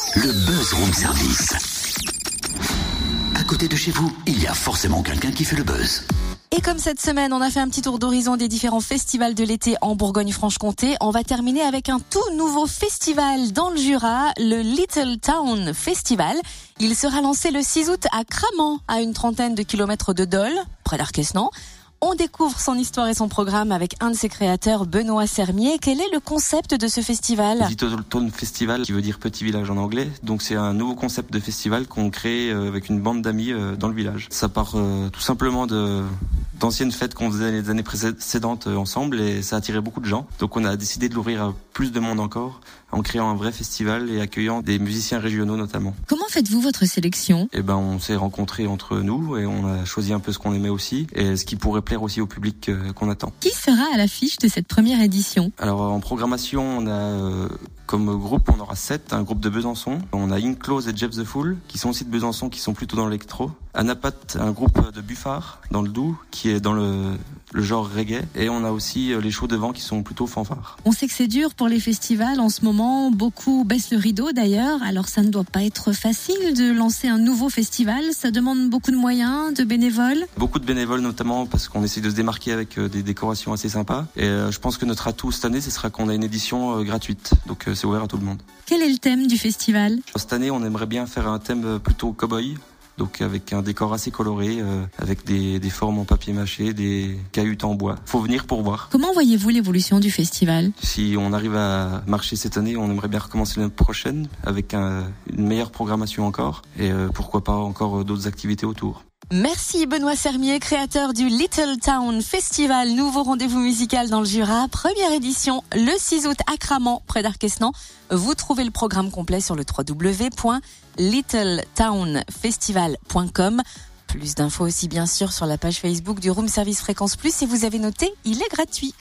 Le Buzz Room Service. À côté de chez vous, il y a forcément quelqu'un qui fait le buzz. Et comme cette semaine, on a fait un petit tour d'horizon des différents festivals de l'été en Bourgogne-Franche-Comté, on va terminer avec un tout nouveau festival dans le Jura, le Little Town Festival. Il sera lancé le 6 août à Cramant, à une trentaine de kilomètres de Dole, près d'Arquesnan. On découvre son histoire et son programme avec un de ses créateurs, Benoît Sermier. Quel est le concept de ce festival ? Little Town Festival, qui veut dire petit village en anglais. Donc c'est un nouveau concept de festival qu'on crée avec une bande d'amis dans le village. Ça part tout simplement d'anciennes fêtes qu'on faisait les années précédentes ensemble et ça attirait beaucoup de gens. Donc on a décidé de l'ouvrir à plus de monde encore en créant un vrai festival et accueillant des musiciens régionaux notamment. Comment faites-vous votre sélection ? On s'est rencontrés entre nous et on a choisi un peu ce qu'on aimait aussi et ce qui pourrait plaire aussi au public qu'on attend. Qui sera à l'affiche de cette première édition ? Alors en programmation, on a comme groupe, on aura 7, un groupe de Besançon. On a Inclose et Jeff the Fool, qui sont aussi de Besançon, qui sont plutôt dans l'électro. Anapat, un groupe de Buffard, dans le Doubs, qui est dans le genre reggae. Et on a aussi les Chauds de Vent, qui sont plutôt fanfares. On sait que c'est dur pour les festivals en ce moment. Beaucoup baissent le rideau d'ailleurs. Alors ça ne doit pas être facile de lancer un nouveau festival. Ça demande beaucoup de moyens, de bénévoles. Beaucoup de bénévoles notamment parce qu'on essaie de se démarquer avec des décorations assez sympas. Et je pense que notre atout cette année, ce sera qu'on a une édition gratuite. Donc c'est ouvert à tout le monde. Quel est le thème du festival ? Cette année, on aimerait bien faire un thème plutôt cow-boy. Donc avec un décor assez coloré, avec des formes en papier mâché, des cahutes en bois. Faut venir pour voir. Comment voyez-vous l'évolution du festival ? Si on arrive à marcher cette année, on aimerait bien recommencer l'année prochaine avec une meilleure programmation encore. Et pourquoi pas encore d'autres activités autour. Merci Benoît Sermier, créateur du Little Town Festival, nouveau rendez-vous musical dans le Jura, première édition le 6 août à Cramant, près d'Arquesnan. Vous trouvez le programme complet sur le www.littletownfestival.com. Plus d'infos aussi bien sûr sur la page Facebook du Room Service Fréquence Plus. Si vous avez noté, il est gratuit.